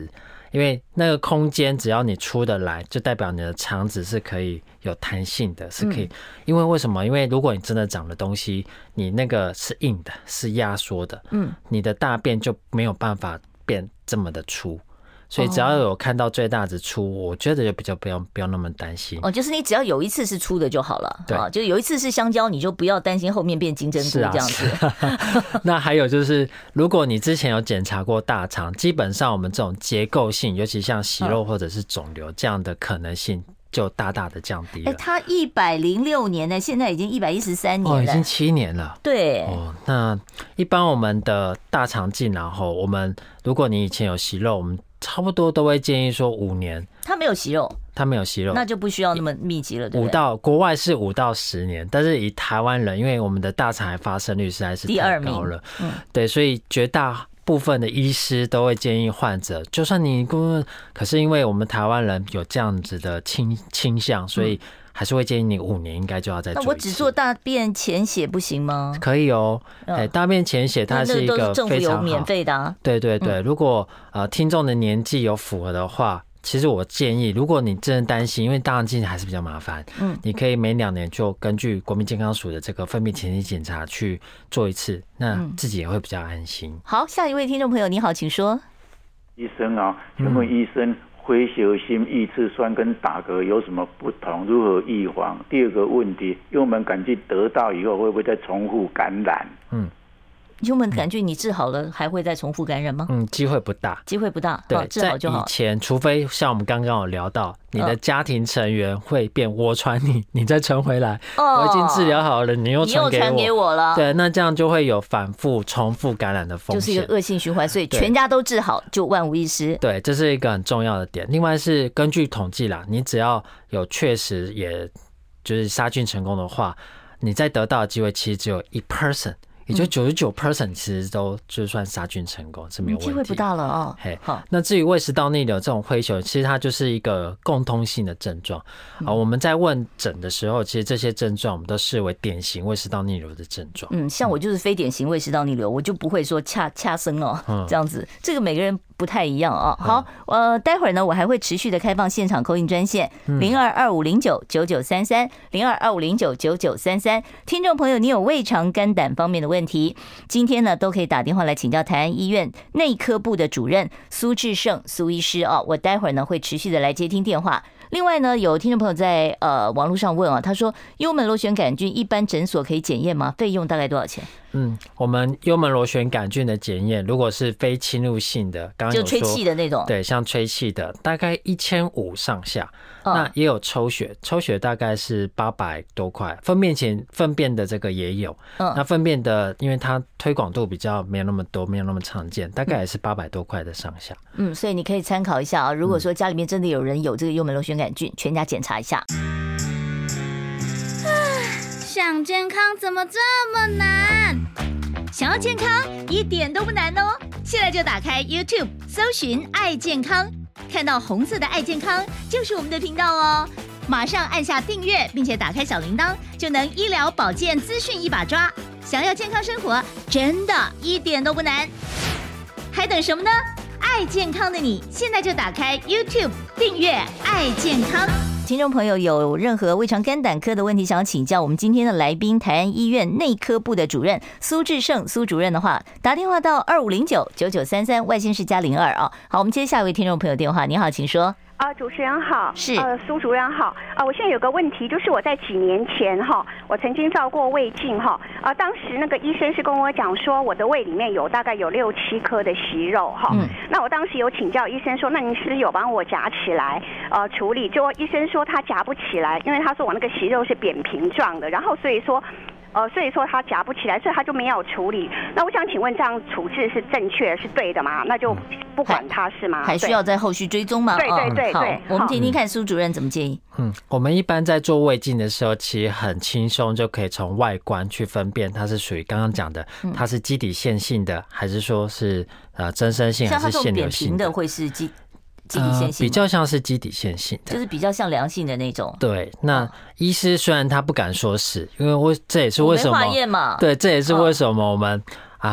因为那个空间只要你出得来，就代表你的肠子是可以有弹性的，是可以。嗯、因为为什么？因为如果你真的长的东西，你那个是硬的，是压缩的，嗯，你的大便就没有办法变这么的粗。所以只要有看到最大值粗，我觉得就比较不要不要那么担心哦。就是你只要有一次是粗的就好了，对，就有一次是香蕉，你就不要担心后面变金针菇这样子。 啊、那还有就是，如果你之前有检查过大肠，基本上我们这种结构性，尤其像息肉或者是肿瘤这样的可能性，就大大的降低了。 哎、欸，他一百零六年呢，现在已经一百一十三年了， 哦，已经七年了。 对， 哦，那一般我们的大肠镜，然后我们如果你以前有息肉，我们差不多都会建议说五年。 他没有息肉， 他没有息肉， 那就不需要那么密集了，对不对？ 五到国外是五到十年，但是以台湾人，因为我们的大肠癌发生率实在是太高了，嗯，对，所以绝大部分的医师都会建议患者，就算你可是因为我们台湾人有这样子的倾倾向，所以还是会建议你五年应该就要再做一次。 那我只做大便潜血不行吗？ 可以哦，哎、嗯，大便潜血它是一个非常好， 政府有免费的、啊。 对对对，嗯、如果呃听众的年纪有符合的话，其实我建议，如果你真的担心，因为大肠镜还是比较麻烦，嗯，你可以每两年就根据国民健康署的这个粪便潜血检查去做一次，那自己也会比较安心。 嗯、好，下一位听众朋友，你好，请说。 医生啊，请问医生。嗯灰球心、异次酸跟打嗝有什么不同？如何预防？第二个问题，幽门杆菌得到以后会不会再重复感染？ 嗯， 幽门杆菌你治好了还会再重复感染吗？ 嗯，机会不大， 机会不大。 对， 治好就好。 在以前，除非像我们刚刚有聊到，你的家庭成员会变我传你，你再传回来，哦、我已经治疗好了，你又传给我， 你又传给我了。 对，那这样就会有反复重复感染的风险， 就是一个恶性循环。所以全家都治好就万无一失。 对，这是一个很重要的点。另外是根据统计啦，你只要有确实也就是杀菌成功的话，你再得到的机会其实只有一 percent。也就九十九 percent 其实都就算杀菌成功是没有问题， 机会不大了哦。 嘿，好，那至于胃食道逆流这种灰球，其实它就是一个共通性的症状啊。我们在问诊的时候，其实这些症状我们都视为典型胃食道逆流的症状。 嗯，像我就是非典型胃食道逆流，我就不会说恰恰生哦这样子，这个每个人不太一样啊。好，呃，待会儿呢，我还会持续的开放现场call in专线零二二五零九九九三三零二二五零九九九三三，听众朋友，你有胃肠肝胆方面的问题，今天呢都可以打电话来请教台安医院内科部的主任苏志胜苏医师啊。我待会儿呢会持续的来接听电话。另外呢，有听众朋友在呃网络上问啊，他说幽门螺旋杆菌一般诊所可以检验吗？费用大概多少钱？ 嗯，我们幽门螺旋杆菌的检验，如果是非侵入性的，刚刚就吹气的那种， 对，像吹气的，大概一千五上下。哦、那也有抽血，抽血大概是八百多块。粪便前粪便的这个也有，嗯、那粪便的，因为它推广度比较没有那么多，没有那么常见，大概也是八百多块的上下。 嗯，所以你可以参考一下啊。如果说家里面真的有人有这个幽门螺旋杆菌，全家检查一下。 想健康怎么这么难？ 想要健康一点都不难哦！现在就打开 YouTube 搜寻爱健康，看到红色的爱健康就是我们的频道哦。马上按下订阅，并且打开小铃铛，就能医疗保健资讯一把抓。想要健康生活，真的一点都不难，还等什么呢？爱健康的你，现在就打开 YouTube 订阅爱健康。 听众朋友有任何胃肠肝胆科的问题想要请教我们今天的来宾，台安医院内科部的主任苏志胜苏主任的话，打电话到二五零九九九三三，外线是加零二啊。好，我们接下一位听众朋友电话，你好，请说。 啊，主持人好， 是呃，苏主任好啊。我现在有个问题，就是我在几年前哈，我曾经照过胃镜哈，啊，当时那个医生是跟我讲说，我的胃里面有大概有六七颗的息肉哈。嗯。那我当时有请教医生说，那您是不是有帮我夹起来呃处理？就医生说他夹不起来，因为他说我那个息肉是扁平状的，然后所以说。呃，所以说他夹不起来，所以他就没有处理。那我想请问，这样处置是正确是对的吗？那就不管他是吗？ 还需要在后续追踪吗？ 对对对对。好， 我们听听看苏主任怎么建议。 嗯，我们一般在做胃镜的时候，其实很轻松就可以从外观去分辨它是属于刚刚讲的，它是基底线性的，还是说是呃增生性，还是腺瘤性的？ 扁平的会是基。基底线性、 呃、比较像是基底线性的， 就是比较像良性的那种。 对，那医师虽然他不敢说是，因为我这也是为什么， 没化验嘛。 对，这也是为什么我们、哦、啊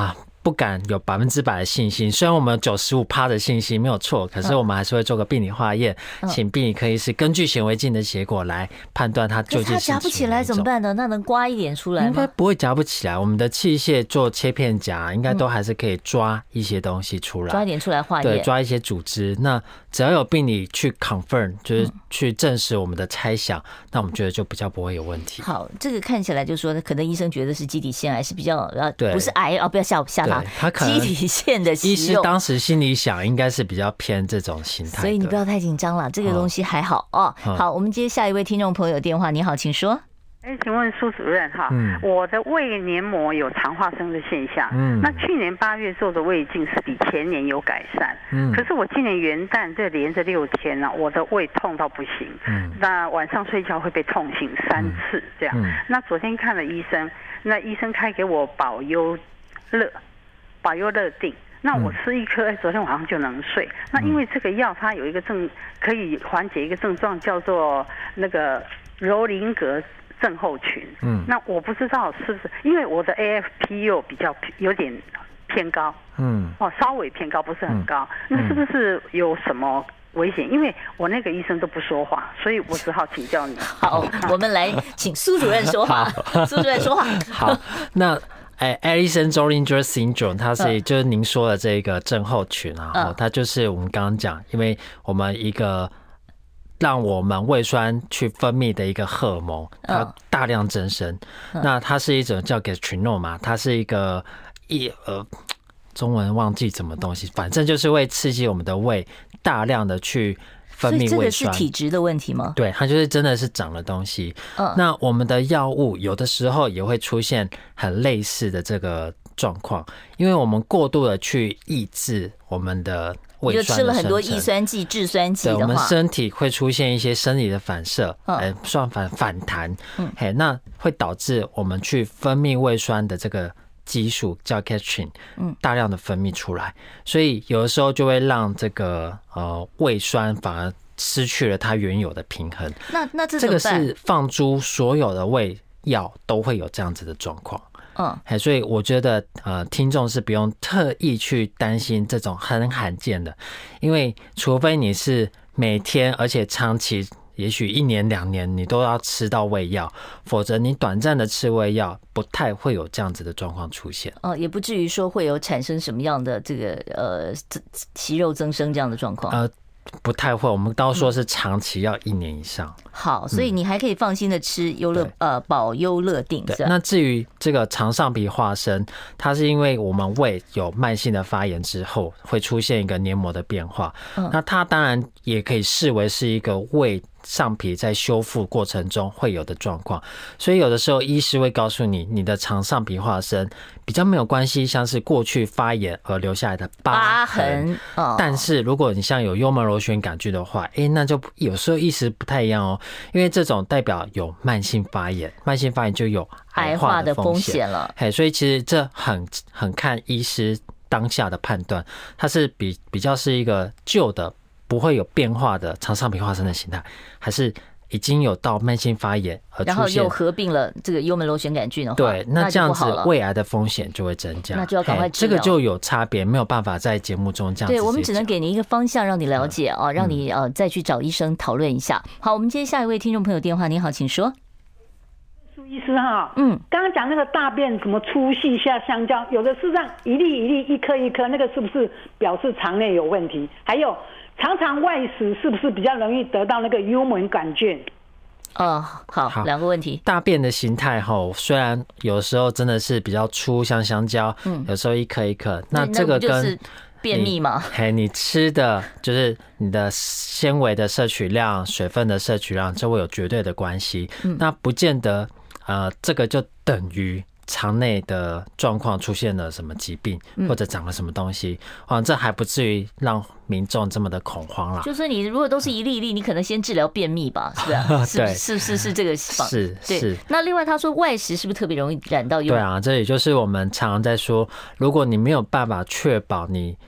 不敢有百分之百的信心，虽然我们有九十五趴的信心没有错，可是我们还是会做个病理化验，嗯、请病理科医师根据显微镜的结果来判断它究竟是。 它夹不起来怎么办呢？那能刮一点出来吗？ 应该不会夹不起来，我们的器械做切片夹，应该都还是可以抓一些东西出来， 抓一点出来化验， 对，抓一些组织。那只要有病理去 confirm， 就是去证实我们的猜想，嗯、那我们觉得就比较不会有问题。 好，这个看起来就是说，可能医生觉得是基底腺癌是比较呃，不是癌哦，不要吓吓他。 他可能基底腺的息肉， 医师当时心里想应该是比较偏这种形态， 所以你不要太紧张了，这个东西还好哦。 嗯、 好，我们接下一位听众朋友电话，你好，请说。 哎，请问苏主任哈，嗯、我的胃黏膜有肠化生的现象，嗯，那去年八月做的胃镜是比前年有改善，嗯，可是我今年元旦这连着六天呢、啊，我的胃痛到不行，嗯，那晚上睡觉会被痛醒三次这样，嗯，那昨天看了医生，那医生开给我保优乐，保优乐定。那我吃一颗，昨天晚上就能睡。那因为这个药它有一个症，可以缓解一个症状，叫做那个柔林格症候群。嗯，那我不知道是不是因为我的 A F P 又比较有点偏高，嗯，哦，稍微偏高，不是很高。嗯、那是不是有什么危险？因为我那个医生都不说话，所以我只好请教你。 好，我们来请苏主任说话。苏主任说话。 好，那。哎 ，Alexander-Zollinger syndrome， 它是就是您说的这个症候群啊，嗯、它就是我们刚刚讲，因为我们一个让我们胃酸去分泌的一个荷尔蒙，它大量增生，嗯、那它是一种叫 gastrinome 嘛，它是一个一呃中文忘记什么东西，反正就是会刺激我们的胃大量的去分泌胃酸。所以这个是体质的问题吗？ 对，它就是真的是长了东西。嗯，那我们的药物有的时候也会出现很类似的这个状况，因为我们过度的去抑制我们的胃酸的生成，就吃了很多抑酸剂、制酸剂的话， 对，我们身体会出现一些生理的反射，哎、嗯，算反反弹，嗯，嘿，那会导致我们去分泌胃酸的这个激素叫 gastrin， 嗯，大量的分泌出来，所以有的时候就会让这个呃胃酸反而失去了它原有的平衡。 那那这这个是放诸所有的胃药都会有这样子的状况。嗯，所以我觉得呃，听众是不用特意去担心这种很罕见的，因为除非你是每天而且长期。也许一年两年你都要吃到胃药，否则你短暂的吃胃药不太会有这样子的状况出现。 哦，也不至于说会有产生什么样的这个呃息肉增生这样的状况。 呃，不太会，我们都说是长期要一年以上。嗯、 好，所以你还可以放心的吃优乐、嗯、呃保优乐定。 对，那至于这个肠上皮化生，它是因为我们胃有慢性的发炎之后会出现一个黏膜的变化，嗯、那它当然也可以视为是一个胃上皮在修复过程中会有的状况，所以有的时候医师会告诉你，你的肠上皮化生比较没有关系，像是过去发炎而留下来的疤痕。哦、但是如果你像有幽门螺旋杆菌的话，哎、欸，那就有时候意思不太一样哦，因为这种代表有慢性发炎，慢性发炎就有癌化的风险了。嘿，所以其实这很很看医师当下的判断，它是比比较是一个旧的。不会有变化的肠上皮化生的形态，还是已经有到慢性发炎而出现， 然后又合并了这个幽门螺旋杆菌的话， 对，那这样子胃癌的风险就会增加， 那就要赶快治疗。这个就有差别，没有办法在节目中这样子。 对，我们只能给您一个方向，让你了解啊、嗯，让你呃再去找医生讨论一下。好，我们接下一位听众朋友电话，你好，请说。 苏医师哈，嗯，刚刚讲那个大便什么粗细下香蕉，有的是这样一粒一粒、一颗一颗，那个是不是表示肠内有问题？还有。常常外食是不是比较容易得到那个幽门杆菌？ 哦，好，两个问题。 大便的形态吼，虽然有时候真的是比较粗，像香蕉，嗯，有时候一颗一颗，那这个跟便秘嘛， 嘿，你吃的就是你的纤维的摄取量、水分的摄取量，这会有绝对的关系。嗯，那不见得，呃，这个就等于。肠内的状况出现了什么疾病，或者长了什么东西，啊，这还不至于让民众这么的恐慌啦。 就是你如果都是一粒一粒，你可能先治疗便秘吧，是吧？是是是是这个方是是。 那另外他说外食是不是特别容易染到幽门？ 对啊，这也就是我们常常在说，如果你没有办法确保你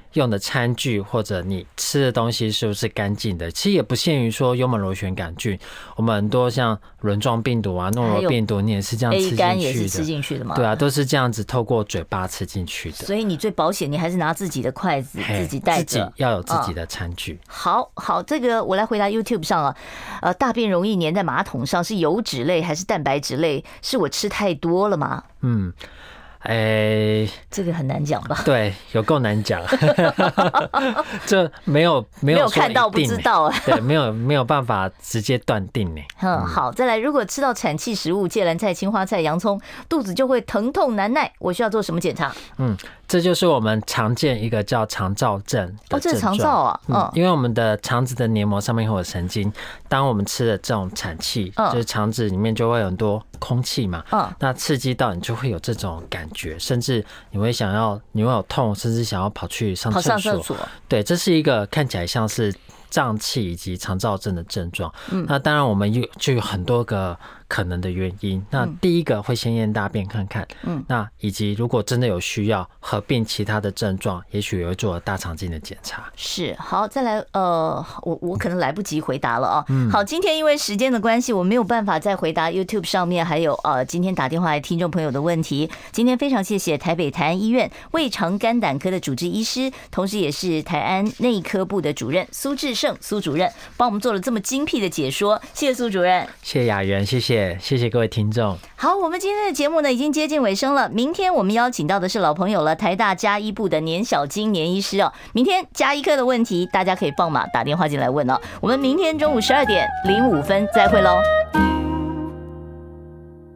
用的餐具或者你吃的东西是不是干净的。其实也不限于说幽门螺旋杆菌，我们很多像轮状病毒啊、诺罗病毒，你也是这样吃进去的。A 肝也是吃进去的嘛？ 对啊，都是这样子透过嘴巴吃进去的。 所以你最保险，你还是拿自己的筷子自己带着， 自己要有自己的餐具。 嗯、好好，这个我来回答 YouTube 上啊，呃，大便容易粘在马桶上，是油脂类还是蛋白质类？是我吃太多了吗？嗯。 哎、欸， 这个很难讲吧？ 对，有够难讲。这没有没有没有看到不知道啊。 对，没有没有办法直接断定呢。 嗯，好，再来，如果吃到产气食物，芥蓝菜、青花菜、洋葱，肚子就会疼痛难耐，我需要做什么检查？ 嗯，这就是我们常见一个叫肠燥症的症状。哦， 这是肠燥啊。 嗯，嗯因为我们的肠子的黏膜上面会有神经，当我们吃的这种产气，嗯、就是肠子里面就会有很多空气嘛。嗯，那刺激到你就会有这种感觉。甚至你会想要，你会有痛，甚至想要跑去上厕所。跑上厕所。对，这是一个看起来像是胀气以及肠燥症的症状。嗯，那当然我们有就有很多个可能的原因。那第一个会先验大便看看，嗯，那以及如果真的有需要合并其他的症状，也许也会做大肠镜的检查。 是，好，再来，呃，我我可能来不及回答了啊。嗯，好，今天因为时间的关系，我没有办法再回答 YouTube 上面还有呃今天打电话来听众朋友的问题。今天非常谢谢台北台安医院胃肠肝胆科的主治医师，同时也是台安内科部的主任苏志胜苏主任，帮我们做了这么精辟的解说，谢谢苏主任， 谢谢雅媛，谢谢谢谢各位听众。 好，我们今天的节目呢已经接近尾声了，明天我们邀请到的是老朋友了，台大家医部的年小金年医师哦。明天家医科的问题，大家可以放马打电话进来问哦。我们明天中午十二点零五分再会喽。